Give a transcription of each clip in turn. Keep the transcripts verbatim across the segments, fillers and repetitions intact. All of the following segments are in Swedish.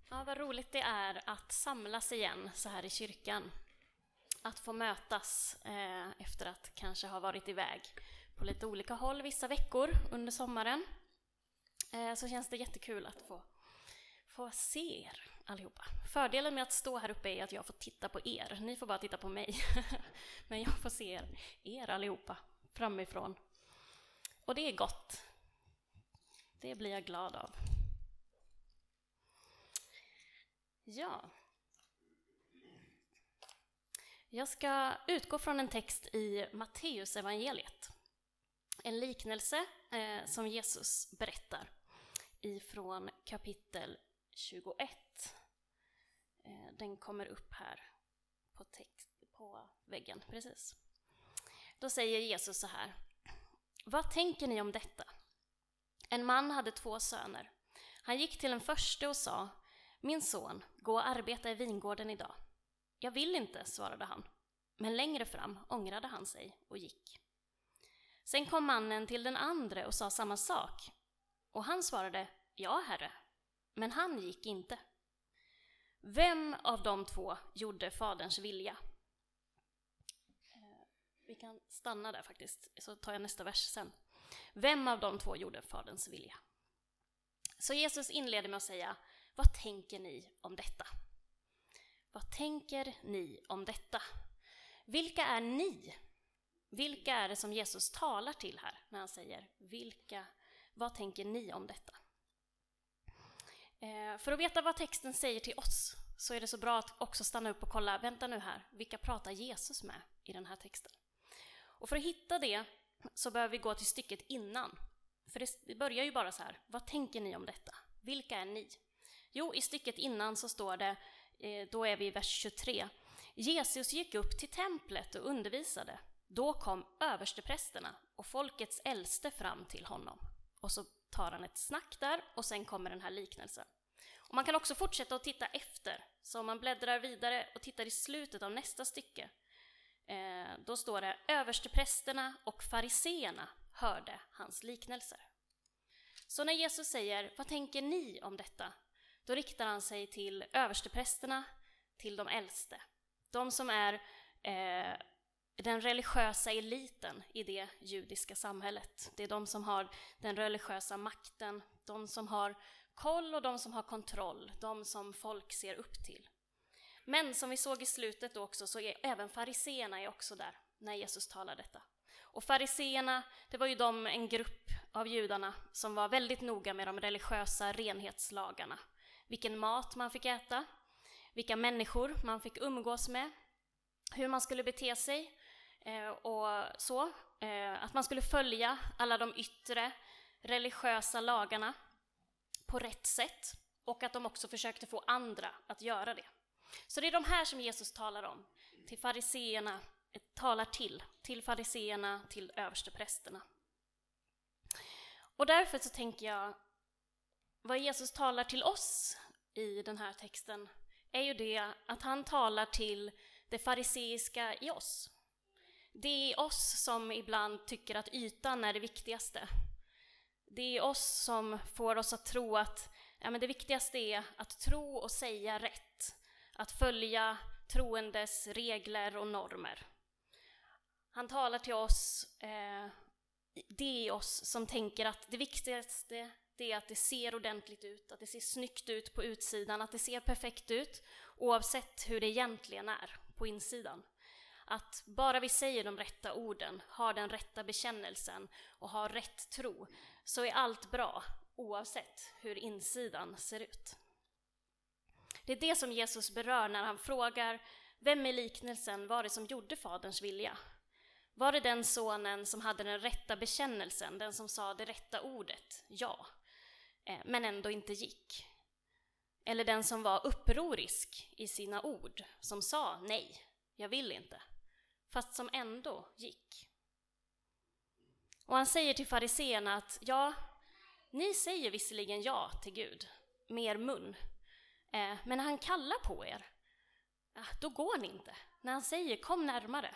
Ja, vad roligt det är att samlas igen så här i kyrkan. Att få mötas eh, efter att kanske ha varit iväg på lite olika håll vissa veckor under sommaren. Eh, så känns det jättekul att få, få se er allihopa. Fördelen med att stå här uppe är att jag får titta på er. Ni får bara titta på mig. Men jag får se er, er allihopa framifrån. Och det är gott. Det blir jag glad av. Ja. Jag ska utgå från en text i Matteus evangeliet. En liknelse eh, som Jesus berättar ifrån kapitel tjugoett. Eh, den kommer upp här på, text, på väggen, precis. Då säger Jesus så här: vad tänker ni om detta? En man hade två söner. Han gick till den första och sa: min son, gå och arbeta i vingården idag. Jag vill inte, svarade han. Men längre fram ångrade han sig och gick. Sen kom mannen till den andra och sa samma sak. Och han svarade: ja, herre. Men han gick inte. Vem av de två gjorde faderns vilja? Vi kan stanna där faktiskt, så tar jag nästa vers sen. Vem av de två gjorde faderns vilja? Så Jesus inleder med att säga: vad tänker ni om detta? Vad tänker ni om detta? Vilka är ni? Vilka är det som Jesus talar till här när han säger vilka? Vad tänker ni om detta? Eh, för att veta vad texten säger till oss så är det så bra att också stanna upp och kolla, vänta nu här, vilka pratar Jesus med i den här texten? Och för att hitta det så behöver vi gå till stycket innan. För det börjar ju bara så här: vad tänker ni om detta? Vilka är ni? Jo, i stycket innan så står det, då är vi i vers tjugotre. Jesus gick upp till templet och undervisade. Då kom översteprästerna och folkets äldste fram till honom. Och så tar han ett snack där och sen kommer den här liknelsen. Och man kan också fortsätta att titta efter. Så om man bläddrar vidare och tittar i slutet av nästa stycke, eh, då står det: översteprästerna och fariseerna hörde hans liknelser. Så när Jesus säger, vad tänker ni om detta? Då riktar han sig till översteprästerna, till de äldste. De som är eh, den religiösa eliten i det judiska samhället. Det är de som har den religiösa makten, de som har koll och de som har kontroll, de som folk ser upp till. Men som vi såg i slutet då också, så är även fariseerna är också där när Jesus talar detta. Och fariseerna, det var ju de, en grupp av judarna som var väldigt noga med de religiösa renhetslagarna. Vilken mat man fick äta, vilka människor man fick umgås med, hur man skulle bete sig och så. Att man skulle följa alla de yttre religiösa lagarna på rätt sätt och att de också försökte få andra att göra det. Så det är de här som Jesus talar om, till fariseerna, talar till, till fariseerna, till översteprästerna. Och därför så tänker jag, vad Jesus talar till oss i den här texten är ju det att han talar till det fariseiska i oss. Det är oss som ibland tycker att ytan är det viktigaste. Det är oss som får oss att tro att ja, men det viktigaste är att tro och säga rätt. Att följa troendes regler och normer. Han talar till oss, eh, det är oss som tänker att det viktigaste det är att det ser ordentligt ut, att det ser snyggt ut på utsidan, att det ser perfekt ut oavsett hur det egentligen är på insidan. Att bara vi säger de rätta orden, har den rätta bekännelsen och har rätt tro, så är allt bra oavsett hur insidan ser ut. Det är det som Jesus berör när han frågar, vem i liknelsen var det som gjorde faderns vilja? Var det den sonen som hade den rätta bekännelsen, den som sa det rätta ordet, ja, men ändå inte gick? Eller den som var upprorisk i sina ord, som sa nej, jag vill inte, fast som ändå gick? Och han säger till fariseerna att ja, ni säger visserligen ja till Gud med er mun, men när han kallar på er, då går ni inte. När han säger kom närmare.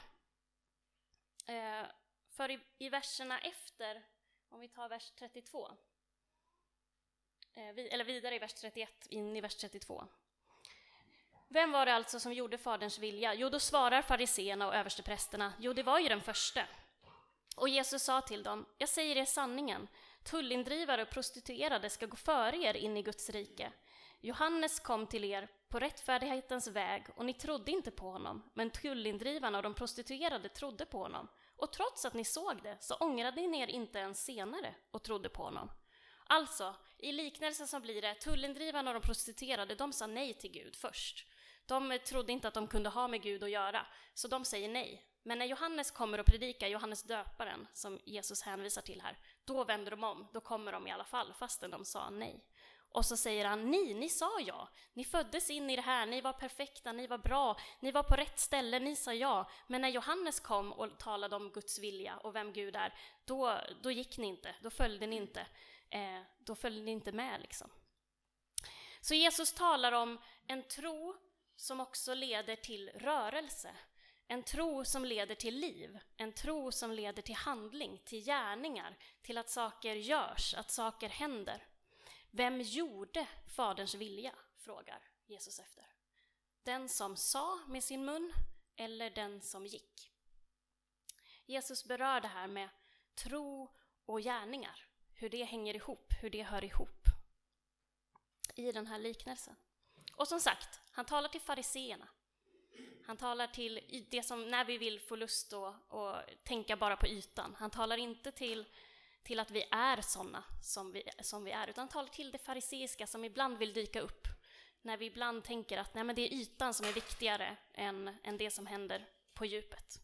För i, i verserna efter, om vi tar vers trettiotvå, eller vidare i vers trettioett in i vers trettiotvå. Vem var det alltså som gjorde faderns vilja? Jo, då svarar fariseerna och översteprästerna, jo, det var ju den första. Och Jesus sa till dem, jag säger er sanningen, tullindrivare och prostituerade ska gå före er in i Guds rike. Johannes kom till er på rättfärdighetens väg och ni trodde inte på honom, men tullindrivarna och de prostituerade trodde på honom. Och trots att ni såg det så ångrade ni er inte ens senare och trodde på honom. Alltså, i liknelsen som blir det, tullindrivarna och de prostituerade, de sa nej till Gud först. De trodde inte att de kunde ha med Gud att göra, så de säger nej. Men när Johannes kommer och predikar, Johannes döparen, som Jesus hänvisar till här, då vänder de om, då kommer de i alla fall, fastän de sa nej. Och så säger han, ni, ni sa ja, ni föddes in i det här, ni var perfekta, ni var bra, ni var på rätt ställe, ni sa ja. Men när Johannes kom och talade om Guds vilja och vem Gud är, då, då gick ni inte, då följde ni inte, eh, då följde ni inte med liksom. Så Jesus talar om en tro som också leder till rörelse. En tro som leder till liv, en tro som leder till handling, till gärningar, till att saker görs, att saker händer. Vem gjorde faderns vilja, frågar Jesus efter. Den som sa med sin mun eller den som gick? Jesus berör det här med tro och gärningar, hur det hänger ihop, hur det hör ihop i den här liknelsen. Och som sagt, han talar till fariseerna. Han talar till det som när vi vill få lust och, och tänka bara på ytan. Han talar inte till, till att vi är sådana som vi, som vi är, utan han talar till det fariseiska som ibland vill dyka upp. När vi ibland tänker att nej, men det är ytan som är viktigare än, än det som händer på djupet.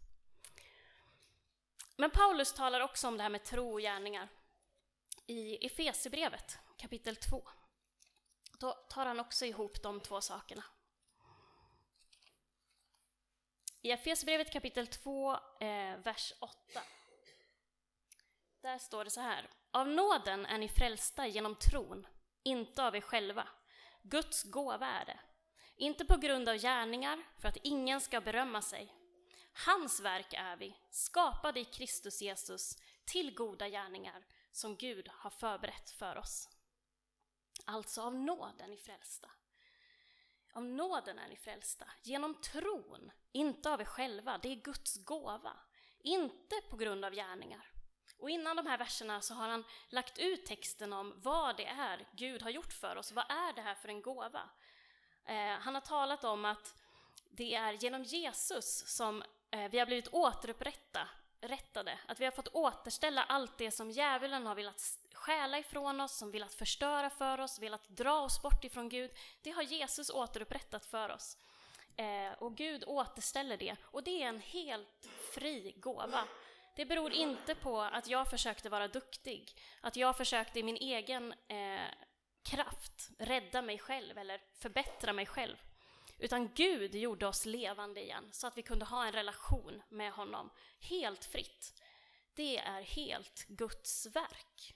Men Paulus talar också om det här med tro och gärningar. I Efesierbrevet kapitel två. Då tar han också ihop de två sakerna. I Efesierbrevet kapitel två, eh, vers åtta. Där står det så här. Av nåden är ni frälsta genom tron, inte av er själva. Guds gåva är det. Inte på grund av gärningar, för att ingen ska berömma sig. Hans verk är vi, skapade i Kristus Jesus till goda gärningar som Gud har förberett för oss. Alltså av nåden är ni frälsta. Av nåden är ni frälsta, genom tron, inte av er själva. Det är Guds gåva, inte på grund av gärningar. Och innan de här verserna så har han lagt ut texten om vad det är Gud har gjort för oss. Vad är det här för en gåva? Eh, han har talat om att det är genom Jesus som eh, vi har blivit återupprättade. Att vi har fått återställa allt det som djävulen har velat stjäla ifrån oss, som velat förstöra för oss, velat dra oss bort ifrån Gud. Det har Jesus återupprättat för oss. Eh, och Gud återställer det. Och det är en helt fri gåva. Det beror inte på att jag försökte vara duktig, att jag försökte i min egen eh, kraft rädda mig själv eller förbättra mig själv. Utan Gud gjorde oss levande igen så att vi kunde ha en relation med honom helt fritt. Det är helt Guds verk.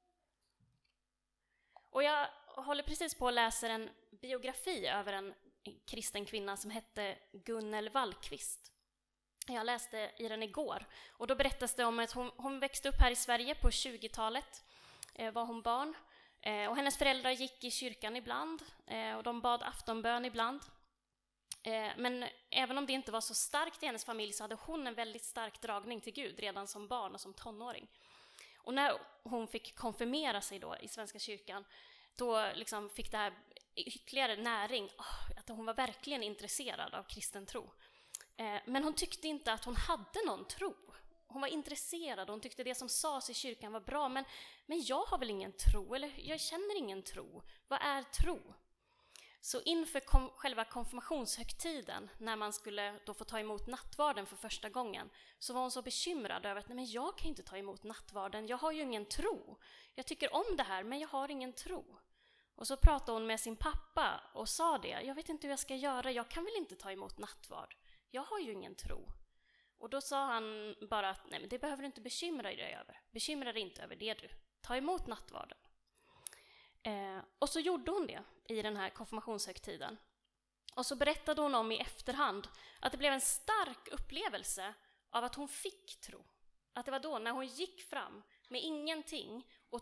Och jag håller precis på att läsa en biografi över en kristen kvinna som hette Gunnel Wallqvist. Jag läste i den igår och då berättas det om att hon, hon växte upp här i Sverige på tjugotalet, eh, var hon barn. Eh, och hennes föräldrar gick i kyrkan ibland eh, och de bad aftonbön ibland. Eh, men även om det inte var så starkt i hennes familj så hade hon en väldigt stark dragning till Gud redan som barn och som tonåring. Och när hon fick konfirmera sig då i Svenska kyrkan, då liksom fick det här ytterligare näring, oh, att hon var verkligen intresserad av kristen tro. Men hon tyckte inte att hon hade någon tro. Hon var intresserad och hon tyckte det som sades i kyrkan var bra. Men, men jag har väl ingen tro, eller jag känner ingen tro. Vad är tro? Så inför kom, själva konfirmationshögtiden, när man skulle då få ta emot nattvarden för första gången, så var hon så bekymrad över att nej, men jag kan inte ta emot nattvarden. Jag har ju ingen tro. Jag tycker om det här, men jag har ingen tro. Och så pratade hon med sin pappa och sa det. Jag vet inte hur jag ska göra. Jag kan väl inte ta emot nattvard. Jag har ju ingen tro. Och då sa han bara att nej, men det behöver du inte bekymra dig över. Bekymra dig inte över det du. Ta emot nattvarden. Eh, och så gjorde hon det i den här konfirmationshögtiden. Och så berättade hon om i efterhand att det blev en stark upplevelse av att hon fick tro. Att det var då när hon gick fram med ingenting och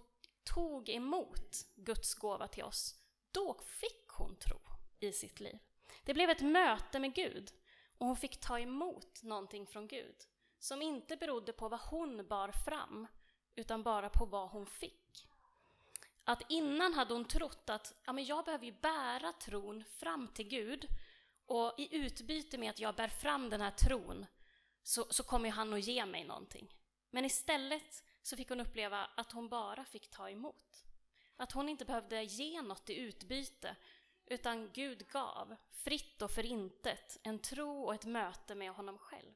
tog emot Guds gåva till oss, då fick hon tro i sitt liv. Det blev ett möte med Gud och hon fick ta emot någonting från Gud som inte berodde på vad hon bar fram utan bara på vad hon fick. Att innan hade hon trott att ja, men jag behöver ju bära tron fram till Gud, och i utbyte med att jag bär fram den här tron så, så kommer han att ge mig någonting. Men istället så fick hon uppleva att hon bara fick ta emot. Att hon inte behövde ge något i utbyte, utan Gud gav fritt och för intet en tro och ett möte med honom själv.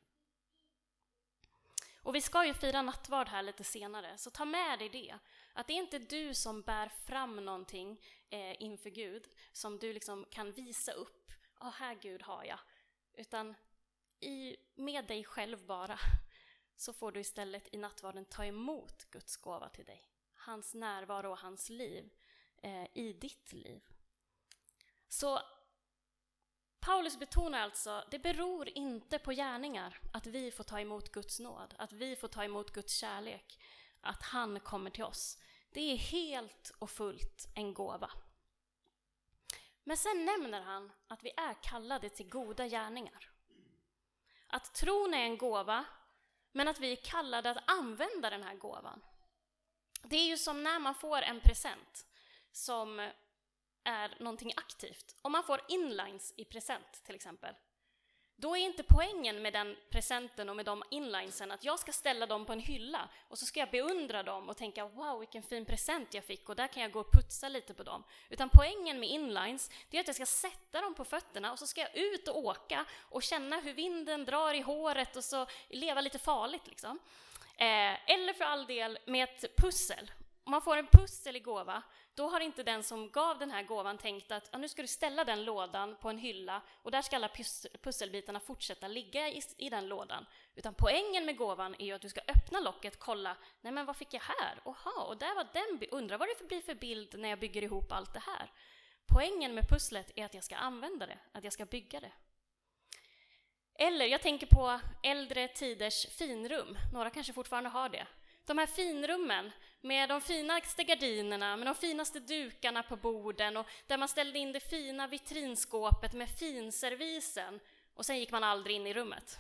Och vi ska ju fira nattvard här lite senare, så ta med dig det. Att det är inte du som bär fram någonting eh, inför Gud som du liksom kan visa upp. Ja, här Gud har jag. Utan i, med dig själv bara så får du istället i nattvarden ta emot Guds gåva till dig. Hans närvaro och hans liv eh, i ditt liv. Så Paulus betonar alltså, det beror inte på gärningar att vi får ta emot Guds nåd, att vi får ta emot Guds kärlek, att han kommer till oss. Det är helt och fullt en gåva. Men sen nämner han att vi är kallade till goda gärningar. Att tron är en gåva, men att vi är kallade att använda den här gåvan. Det är ju som när man får en present som är någonting aktivt. Om man får inlines i present till exempel, då är inte poängen med den presenten och med de inlinesen att jag ska ställa dem på en hylla och så ska jag beundra dem och tänka wow vilken fin present jag fick och där kan jag gå och putsa lite på dem. Utan poängen med inlines, det är att jag ska sätta dem på fötterna och så ska jag ut och åka och känna hur vinden drar i håret och så leva lite farligt liksom. Eh, eller för all del med ett pussel. Om man får en pussel i gåva, då har inte den som gav den här gåvan tänkt att ah, nu ska du ställa den lådan på en hylla och där ska alla pusselbitarna fortsätta ligga i, i den lådan. Utan poängen med gåvan är ju att du ska öppna locket, kolla, nej men vad fick jag här? Oha, och där var den, undrar vad det blir för bild när jag bygger ihop allt det här. Poängen med pusslet är att jag ska använda det, att jag ska bygga det. Eller jag tänker på äldre tiders finrum, några kanske fortfarande har det. De här finrummen med de finaste gardinerna, med de finaste dukarna på borden och där man ställde in det fina vitrinskåpet med finservisen och sen gick man aldrig in i rummet.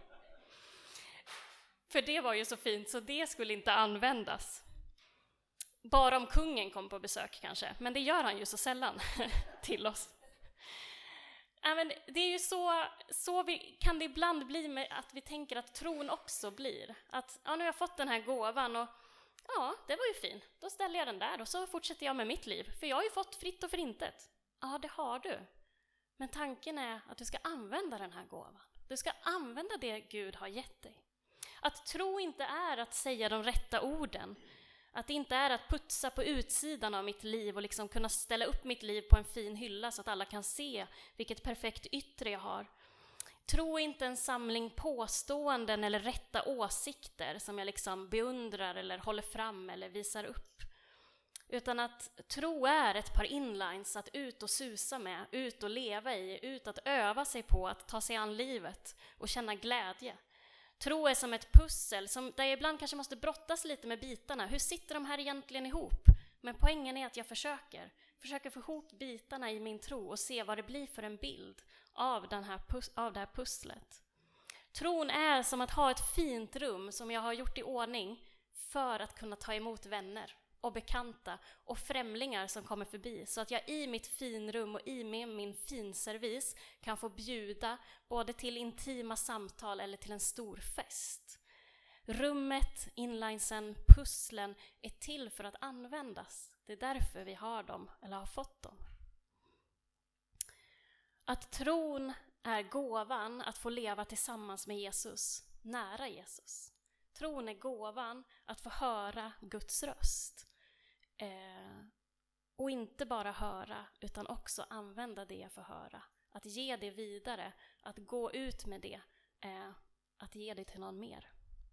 För det var ju så fint så det skulle inte användas. Bara om kungen kom på besök kanske, men det gör han ju så sällan till oss. Ja, men det är ju så, så vi, kan det ibland bli med att vi tänker att tron också blir. Att ja, nu har jag fått den här gåvan och ja, det var ju fin. Då ställer jag den där och så fortsätter jag med mitt liv. För jag har ju fått fritt och för intet. Ja, det har du. Men tanken är att du ska använda den här gåvan. Du ska använda det Gud har gett dig. Att tro inte är att säga de rätta orden. Att det inte är att putsa på utsidan av mitt liv och liksom kunna ställa upp mitt liv på en fin hylla så att alla kan se vilket perfekt yttre jag har. Tro inte en samling påståenden eller rätta åsikter som jag liksom beundrar eller håller fram eller visar upp. Utan att tro är ett par inlines att ut och susa med, ut och leva i, ut att öva sig på att ta sig an livet och känna glädje. Tro är som ett pussel som, där jag ibland kanske måste brottas lite med bitarna. Hur sitter de här egentligen ihop? Men poängen är att jag försöker. Försöker få ihop bitarna i min tro och se vad det blir för en bild av, den här pus- av det här pusslet. Tron är som att ha ett fint rum som jag har gjort i ordning för att kunna ta emot vänner och bekanta och främlingar som kommer förbi. Så att jag i mitt finrum och i med min finservis kan få bjuda både till intima samtal eller till en stor fest. Rummet, inlinesen, pusslen är till för att användas. Det är därför vi har dem eller har fått dem. Att tron är gåvan att få leva tillsammans med Jesus, nära Jesus. Tron är gåvan att få höra Guds röst. Eh, och inte bara höra utan också använda det jag får höra. Att ge det vidare, att gå ut med det, eh, att ge det till någon mer.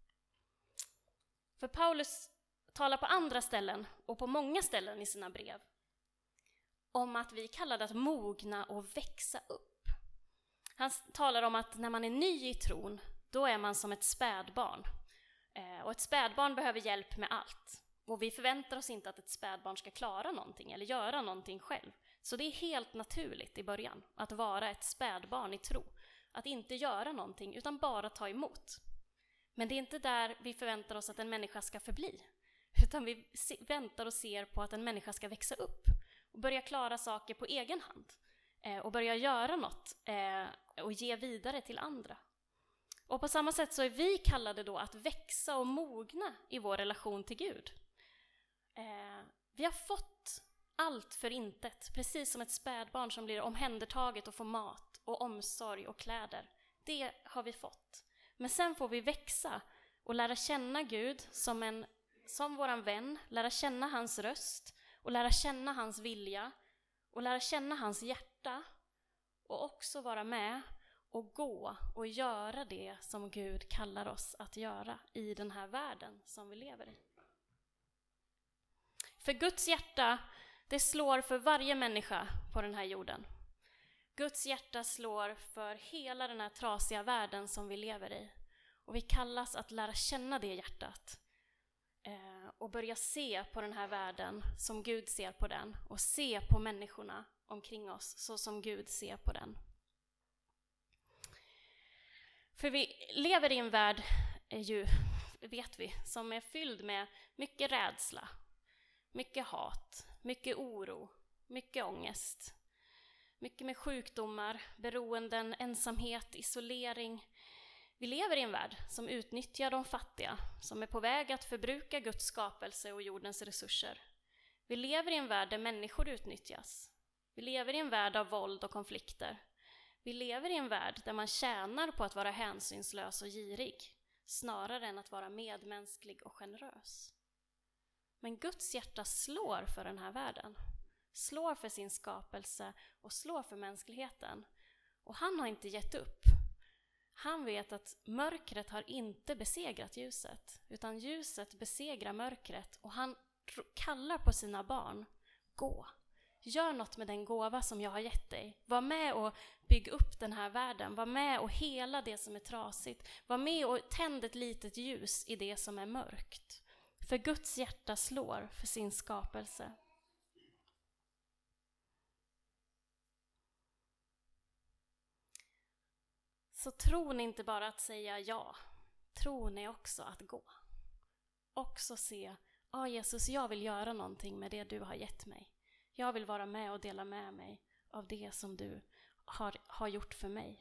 För Paulus talar på andra ställen och på många ställen i sina brev om att vi kallar det att mogna och växa upp. Han talar om att när man är ny i tron, då är man som ett spädbarn. Eh, och ett spädbarn behöver hjälp med allt. Och vi förväntar oss inte att ett spädbarn ska klara någonting eller göra någonting själv. Så det är helt naturligt i början att vara ett spädbarn i tro. Att inte göra någonting utan bara ta emot. Men det är inte där vi förväntar oss att en människa ska förbli. Utan vi väntar och ser på att en människa ska växa upp och börja klara saker på egen hand. Eh, och börja göra något eh, och ge vidare till andra. Och på samma sätt så är vi kallade då att växa och mogna i vår relation till Gud. Eh, vi har fått allt för intet, precis som ett spädbarn som blir omhändertaget och får mat och omsorg och kläder. Det har vi fått. Men sen får vi växa och lära känna Gud som, en, som våran vän, lära känna hans röst och lära känna hans vilja och lära känna hans hjärta och också vara med och gå och göra det som Gud kallar oss att göra i den här världen som vi lever i. För Guds hjärta, det slår för varje människa på den här jorden. Guds hjärta slår för hela den här trasiga världen som vi lever i. Och vi kallas att lära känna det hjärtat. Eh, och börja se på den här världen som Gud ser på den. Och se på människorna omkring oss så som Gud ser på den. För vi lever i en värld, eh, ju, vet vi, som är fylld med mycket rädsla. Mycket hat, mycket oro, mycket ångest. Mycket med sjukdomar, beroenden, ensamhet, isolering. Vi lever i en värld som utnyttjar de fattiga, som är på väg att förbruka Guds skapelse och jordens resurser. Vi lever i en värld där människor utnyttjas. Vi lever i en värld av våld och konflikter. Vi lever i en värld där man tjänar på att vara hänsynslös och girig, snarare än att vara medmänsklig och generös. Men Guds hjärta slår för den här världen. Slår för sin skapelse och slår för mänskligheten. Och han har inte gett upp. Han vet att mörkret har inte besegrat ljuset, utan ljuset besegrar mörkret och han kallar på sina barn. Gå, gör något med den gåva som jag har gett dig. Var med och bygg upp den här världen. Var med och hela det som är trasigt. Var med och tänd ett litet ljus i det som är mörkt. För Guds hjärta slår för sin skapelse. Så tron är inte bara att säga ja. Tron är också att gå. Också se, ja Jesus, jag vill göra någonting med det du har gett mig. Jag vill vara med och dela med mig av det som du har, har gjort för mig.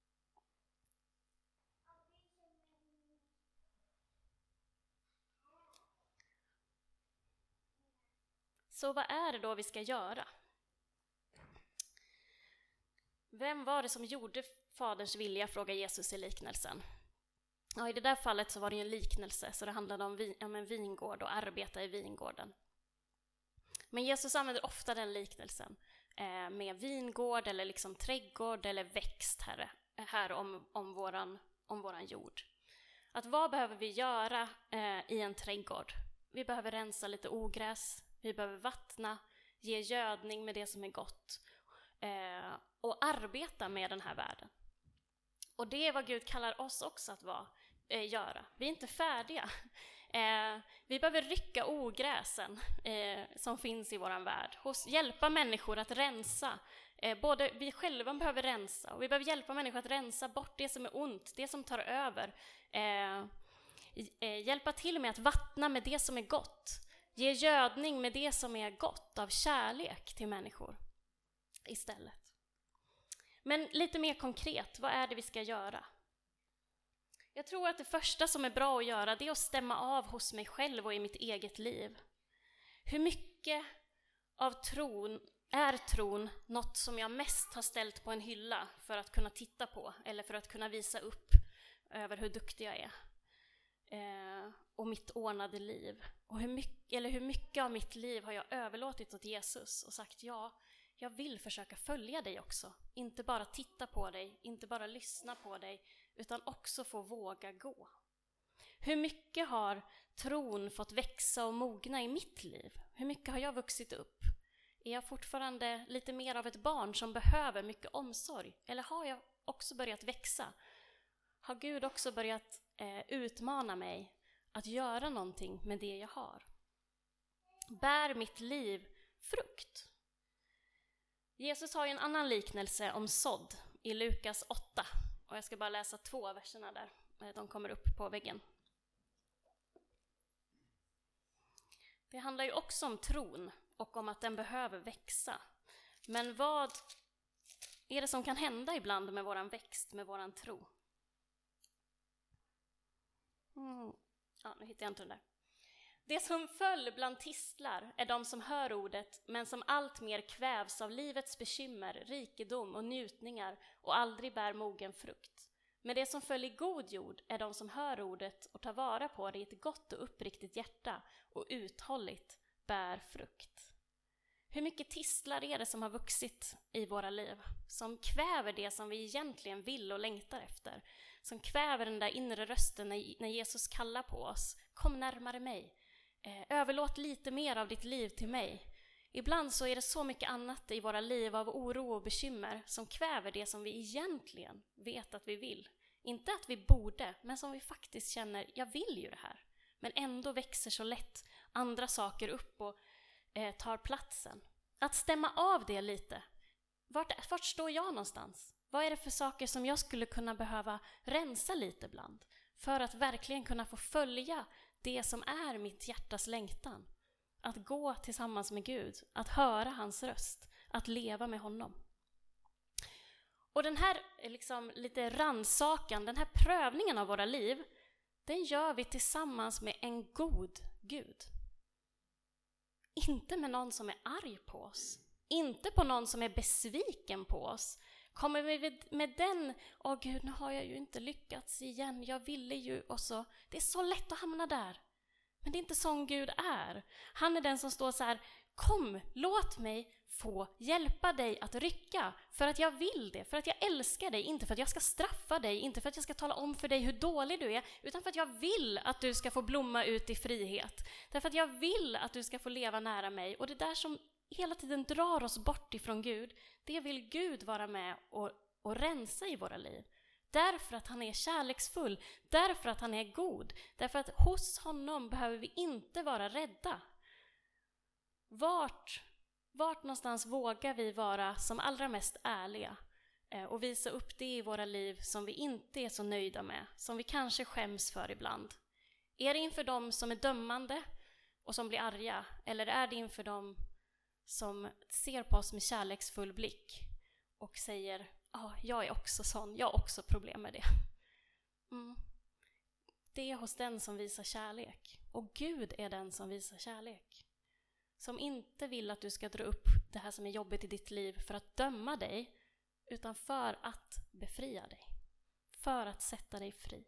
Så vad är det då vi ska göra? Vem var det som gjorde faderns vilja, frågar Jesus i liknelsen. Ja, i det där fallet så var det en liknelse, så det handlade om, vin, om en vingård och arbeta i vingården. Men Jesus använder ofta den liknelsen eh, med vingård eller liksom trädgård eller växt här, här om, om, våran, om våran jord. Att vad behöver vi göra eh, i en trädgård? Vi behöver rensa lite ogräs, vi behöver vattna, ge gödning med det som är gott eh, och arbeta med den här världen. Och det är vad Gud kallar oss också att vara, eh, göra. Vi är inte färdiga. Eh, vi behöver rycka ogräsen eh, som finns i våran värld. Hos, hjälpa människor att rensa. Eh, både vi själva behöver rensa och vi behöver hjälpa människor att rensa bort det som är ont, det som tar över. Eh, eh, hjälpa till med att vattna med det som är gott. Ge gödning med det som är gott av kärlek till människor istället. Men lite mer konkret, vad är det vi ska göra? Jag tror att det första som är bra att göra, det är att stämma av hos mig själv och i mitt eget liv. Hur mycket av tron är tron något som jag mest har ställt på en hylla för att kunna titta på eller för att kunna visa upp över hur duktig jag är eh, och mitt ordnade liv? Och hur mycket, eller hur mycket av mitt liv har jag överlåtit åt Jesus och sagt ja, jag vill försöka följa dig också. Inte bara titta på dig, inte bara lyssna på dig, utan också få våga gå. Hur mycket har tron fått växa och mogna i mitt liv? Hur mycket har jag vuxit upp? Är jag fortfarande lite mer av ett barn som behöver mycket omsorg? Eller har jag också börjat växa? Har Gud också börjat eh, utmana mig att göra någonting med det jag har? Bär mitt liv frukt? Jesus har ju en annan liknelse om sådd i Lukas åtta. Och jag ska bara läsa två av verserna där. De kommer upp på väggen. Det handlar ju också om tron och om att den behöver växa. Men vad är det som kan hända ibland med våran växt, med våran tro? Mm. Ja, nu hittar jag inte den där. Det som föll bland tistlar är de som hör ordet, men som allt mer kvävs av livets bekymmer, rikedom och njutningar och aldrig bär mogen frukt. Men det som föll i god jord är de som hör ordet och tar vara på det i ett gott och uppriktigt hjärta och uthålligt bär frukt. Hur mycket tistlar är det som har vuxit i våra liv? Som kväver det som vi egentligen vill och längtar efter. Som kväver den där inre rösten när Jesus kallar på oss. Kom närmare mig. Överlåt lite mer av ditt liv till mig. Ibland så är det så mycket annat i våra liv av oro och bekymmer som kväver det som vi egentligen vet att vi vill. Inte att vi borde, men som vi faktiskt känner, jag vill ju det här. Men ändå växer så lätt andra saker upp och eh, tar platsen. Att stämma av det lite. Vart, vart står jag någonstans? Vad är det för saker som jag skulle kunna behöva rensa lite bland? För att verkligen kunna få följa det som är mitt hjärtas längtan. Att gå tillsammans med Gud, att höra hans röst, att leva med honom. Och den här liksom lite rannsakan, den här prövningen av våra liv, den gör vi tillsammans med en god Gud. Inte med någon som är arg på oss, inte på någon som är besviken på oss. Kommer vi med den, åh Gud, nu har jag ju inte lyckats igen, jag ville ju, och så. Det är så lätt att hamna där. Men det är inte sån Gud är. Han är den som står så här, kom, låt mig få hjälpa dig att rycka. För att jag vill det, för att jag älskar dig. Inte för att jag ska straffa dig, inte för att jag ska tala om för dig hur dålig du är. Utan för att jag vill att du ska få blomma ut i frihet. Därför att jag vill att du ska få leva nära mig. Och det där som hela tiden drar oss bort ifrån Gud, det vill Gud vara med och, och rensa i våra liv. Därför att han är kärleksfull, därför att han är god, därför att hos honom behöver vi inte vara rädda. Vart, vart någonstans vågar vi vara som allra mest ärliga eh, och visa upp det i våra liv som vi inte är så nöjda med, som vi kanske skäms för ibland? Är det inför dem som är dömande och som blir arga, eller är det inför dem som ser på oss med kärleksfull blick och säger, ja, ah, jag är också sån, jag har också problem med det. Mm. Det är hos den som visar kärlek. Och Gud är den som visar kärlek. Som inte vill att du ska dra upp det här som är jobbigt i ditt liv för att döma dig, utan för att befria dig. För att sätta dig fri.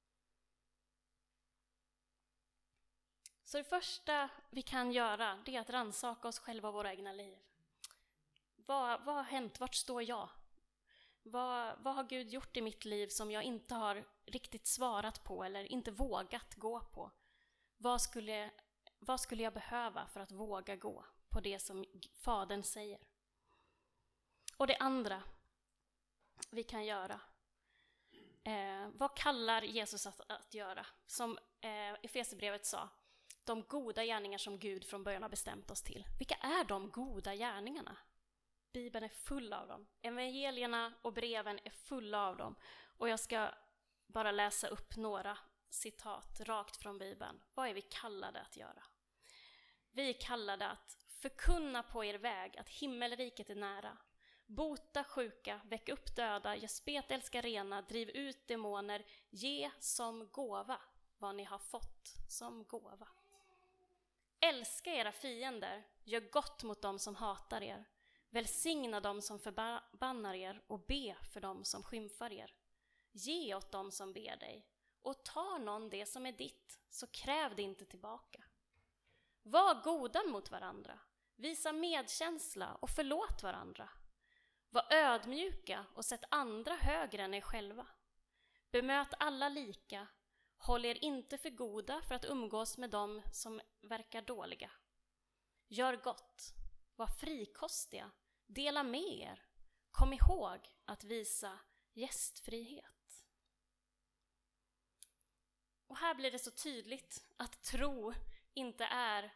Så det första vi kan göra, det är att rannsaka oss själva och våra egna liv. Vad, vad har hänt? Vart står jag? Vad, vad har Gud gjort i mitt liv som jag inte har riktigt svarat på eller inte vågat gå på? Vad skulle, vad skulle jag behöva för att våga gå på det som Fadern säger? Och det andra vi kan göra, eh, vad kallar Jesus att, att göra? Som eh, Efesierbrevet sa, de goda gärningar som Gud från början har bestämt oss till. Vilka är de goda gärningarna? Bibeln är full av dem. Evangelierna och breven är fulla av dem. Och jag ska bara läsa upp några citat rakt från Bibeln. Vad är vi kallade att göra? Vi är kallade att förkunna på er väg att himmelriket är nära. Bota sjuka, väck upp döda, ge spetälska rena, driv ut demoner, ge som gåva vad ni har fått som gåva. Älska era fiender, gör gott mot dem som hatar er. Välsigna dem som förbannar er och be för dem som skymfar er. Ge åt dem som ber dig, och tar någon det som är ditt, så kräv det inte tillbaka. Var goda mot varandra, visa medkänsla och förlåt varandra. Var ödmjuka och sätt andra högre än er själva. Bemöt alla lika, håll er inte för goda för att umgås med dem som verkar dåliga. Gör gott. Var frikostiga, dela med er. Kom ihåg att visa gästfrihet. Och här blir det så tydligt att tro inte är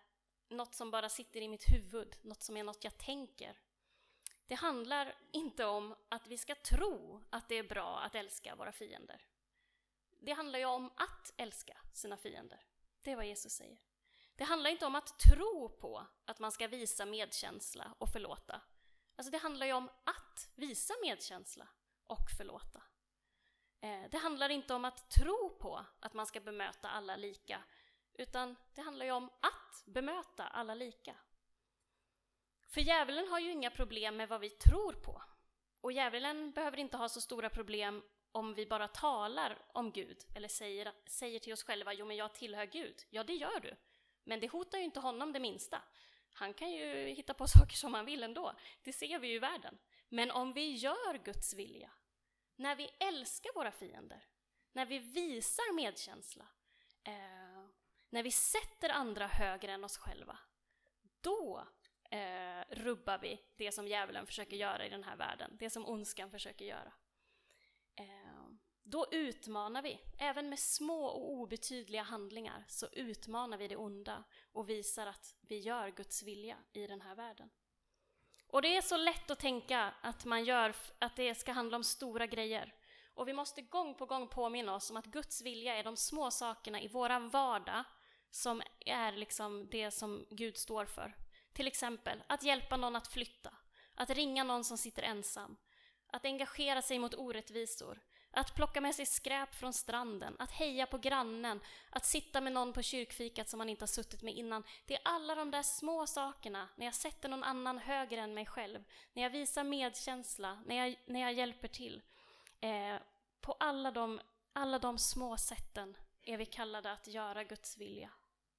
något som bara sitter i mitt huvud, något som är något jag tänker. Det handlar inte om att vi ska tro att det är bra att älska våra fiender. Det handlar ju om att älska sina fiender. Det är vad Jesus säger. Det handlar inte om att tro på att man ska visa medkänsla och förlåta. Alltså det handlar ju om att visa medkänsla och förlåta. Det handlar inte om att tro på att man ska bemöta alla lika, utan det handlar ju om att bemöta alla lika. För djävulen har ju inga problem med vad vi tror på. Och djävulen behöver inte ha så stora problem om vi bara talar om Gud eller säger, säger till oss själva, jo men jag tillhör Gud. Ja, det gör du. Men det hotar ju inte honom det minsta. Han kan ju hitta på saker som han vill ändå. Det ser vi ju i världen. Men om vi gör Guds vilja, när vi älskar våra fiender, när vi visar medkänsla, eh, när vi sätter andra högre än oss själva, då eh, rubbar vi det som djävulen försöker göra i den här världen, det som ondskan försöker göra. Eh, då utmanar vi, även med små och obetydliga handlingar, så utmanar vi det onda och visar att vi gör Guds vilja i den här världen. Och det är så lätt att tänka att man gör, att det ska handla om stora grejer. Och vi måste gång på gång påminna oss om att Guds vilja är de små sakerna i våran vardag som är liksom det som Gud står för. Till exempel att hjälpa någon att flytta, att ringa någon som sitter ensam, att engagera sig mot orättvisor, att plocka med sig skräp från stranden, att heja på grannen, att sitta med någon på kyrkfikat som man inte har suttit med innan. Det är alla de där små sakerna, när jag sätter någon annan högre än mig själv, när jag visar medkänsla, när jag, när jag hjälper till. Eh, på alla de, alla de små sätten är vi kallade att göra Guds vilja.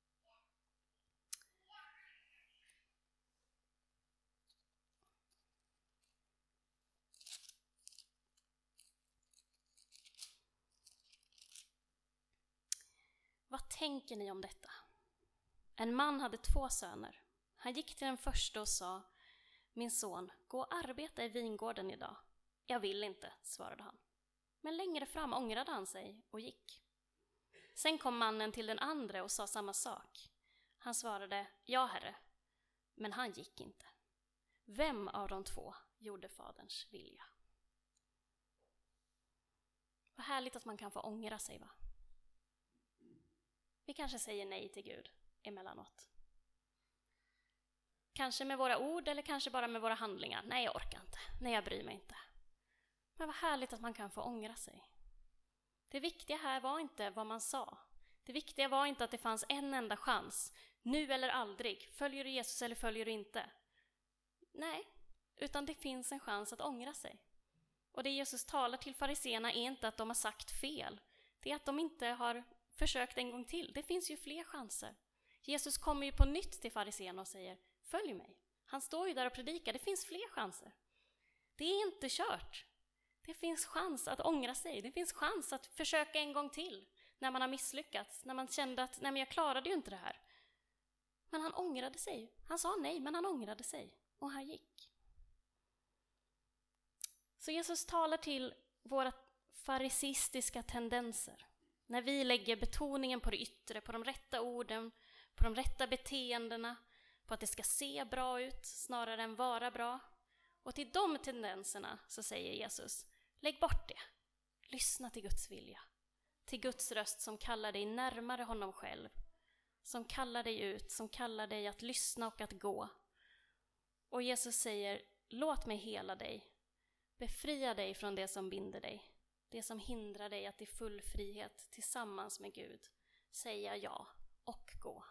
Vad tänker ni om detta? En man hade två söner. Han gick till den första och sa, min son, gå och arbeta i vingården idag. Jag vill inte, svarade han. Men längre fram ångrade han sig och gick. Sen kom mannen till den andra och sa samma sak. Han svarade, ja herre, men han gick inte. Vem av de två gjorde faderns vilja? Vad härligt att man kan få ångra sig, va? Vi kanske säger nej till Gud emellanåt. Kanske med våra ord eller kanske bara med våra handlingar. Nej, jag orkar inte. Nej, jag bryr mig inte. Men vad härligt att man kan få ångra sig. Det viktiga här var inte vad man sa. Det viktiga var inte att det fanns en enda chans. Nu eller aldrig. Följer du Jesus eller följer du inte? Nej, utan det finns en chans att ångra sig. Och det Jesus talar till fariseerna är inte att de har sagt fel. Det är att de inte har försökt en gång till. Det finns ju fler chanser. Jesus kommer ju på nytt till fariseerna och säger, följ mig. Han står ju där och predikar. Det finns fler chanser. Det är inte kört. Det finns chans att ångra sig. Det finns chans att försöka en gång till när man har misslyckats. När man kände att, nej men jag klarade ju inte det här. Men han ångrade sig. Han sa nej, men han ångrade sig. Och han gick. Så Jesus talar till våra farisistiska tendenser. När vi lägger betoningen på det yttre, på de rätta orden, på de rätta beteendena, på att det ska se bra ut snarare än vara bra. Och till de tendenserna så säger Jesus, lägg bort det. Lyssna till Guds vilja. Till Guds röst som kallar dig närmare honom själv. Som kallar dig ut, som kallar dig att lyssna och att gå. Och Jesus säger, låt mig hela dig. Befria dig från det som binder dig. Det som hindrar dig att i full frihet tillsammans med Gud säga ja och gå.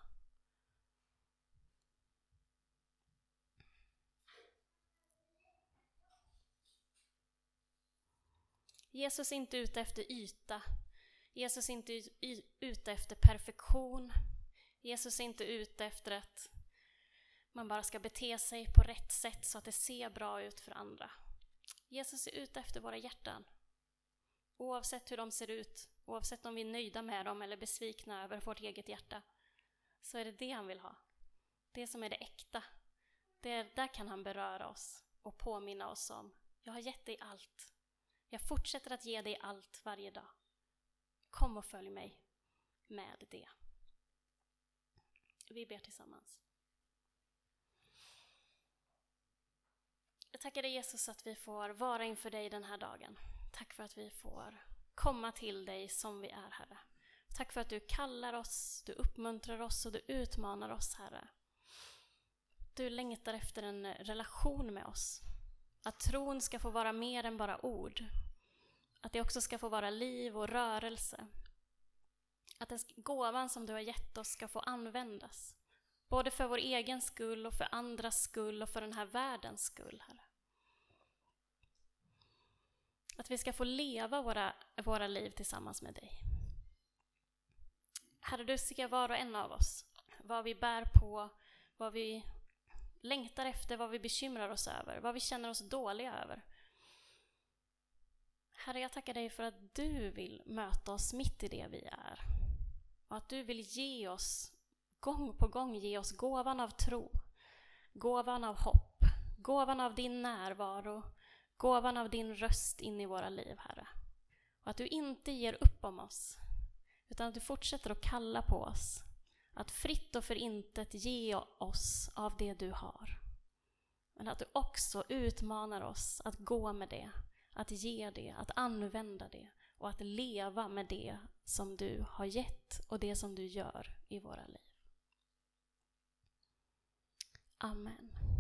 Jesus är inte ute efter yta. Jesus är inte ute efter perfektion. Jesus är inte ute efter att man bara ska bete sig på rätt sätt så att det ser bra ut för andra. Jesus är ute efter våra hjärtan. Oavsett hur de ser ut, oavsett om vi är nöjda med dem eller besvikna över vårt eget hjärta, så är det det han vill ha. Det som är det äkta. Det, där kan han beröra oss och påminna oss om, jag har gett dig allt. Jag fortsätter att ge dig allt varje dag. Kom och följ mig med det. Vi ber tillsammans. Jag tackar dig Jesus att vi får vara inför dig den här dagen. Tack för att vi får komma till dig som vi är, Herre. Tack för att du kallar oss, du uppmuntrar oss och du utmanar oss, Herre. Du längtar efter en relation med oss. Att tron ska få vara mer än bara ord. Att det också ska få vara liv och rörelse. Att den gåvan som du har gett oss ska få användas. Både för vår egen skull och för andras skull och för den här världens skull, Herre. Att vi ska få leva våra, våra liv tillsammans med dig. Herre, du ser var och en av oss. Vad vi bär på, vad vi längtar efter, vad vi bekymrar oss över, vad vi känner oss dåliga över. Herre, jag tackar dig för att du vill möta oss mitt i det vi är. Och att du vill ge oss, gång på gång ge oss gåvan av tro, gåvan av hopp, gåvan av din närvaro, gåvan av din röst in i våra liv, Herre. Och att du inte ger upp om oss, utan att du fortsätter att kalla på oss. Att fritt och för intet ge oss av det du har. Men att du också utmanar oss att gå med det, att ge det, att använda det och att leva med det som du har gett och det som du gör i våra liv. Amen.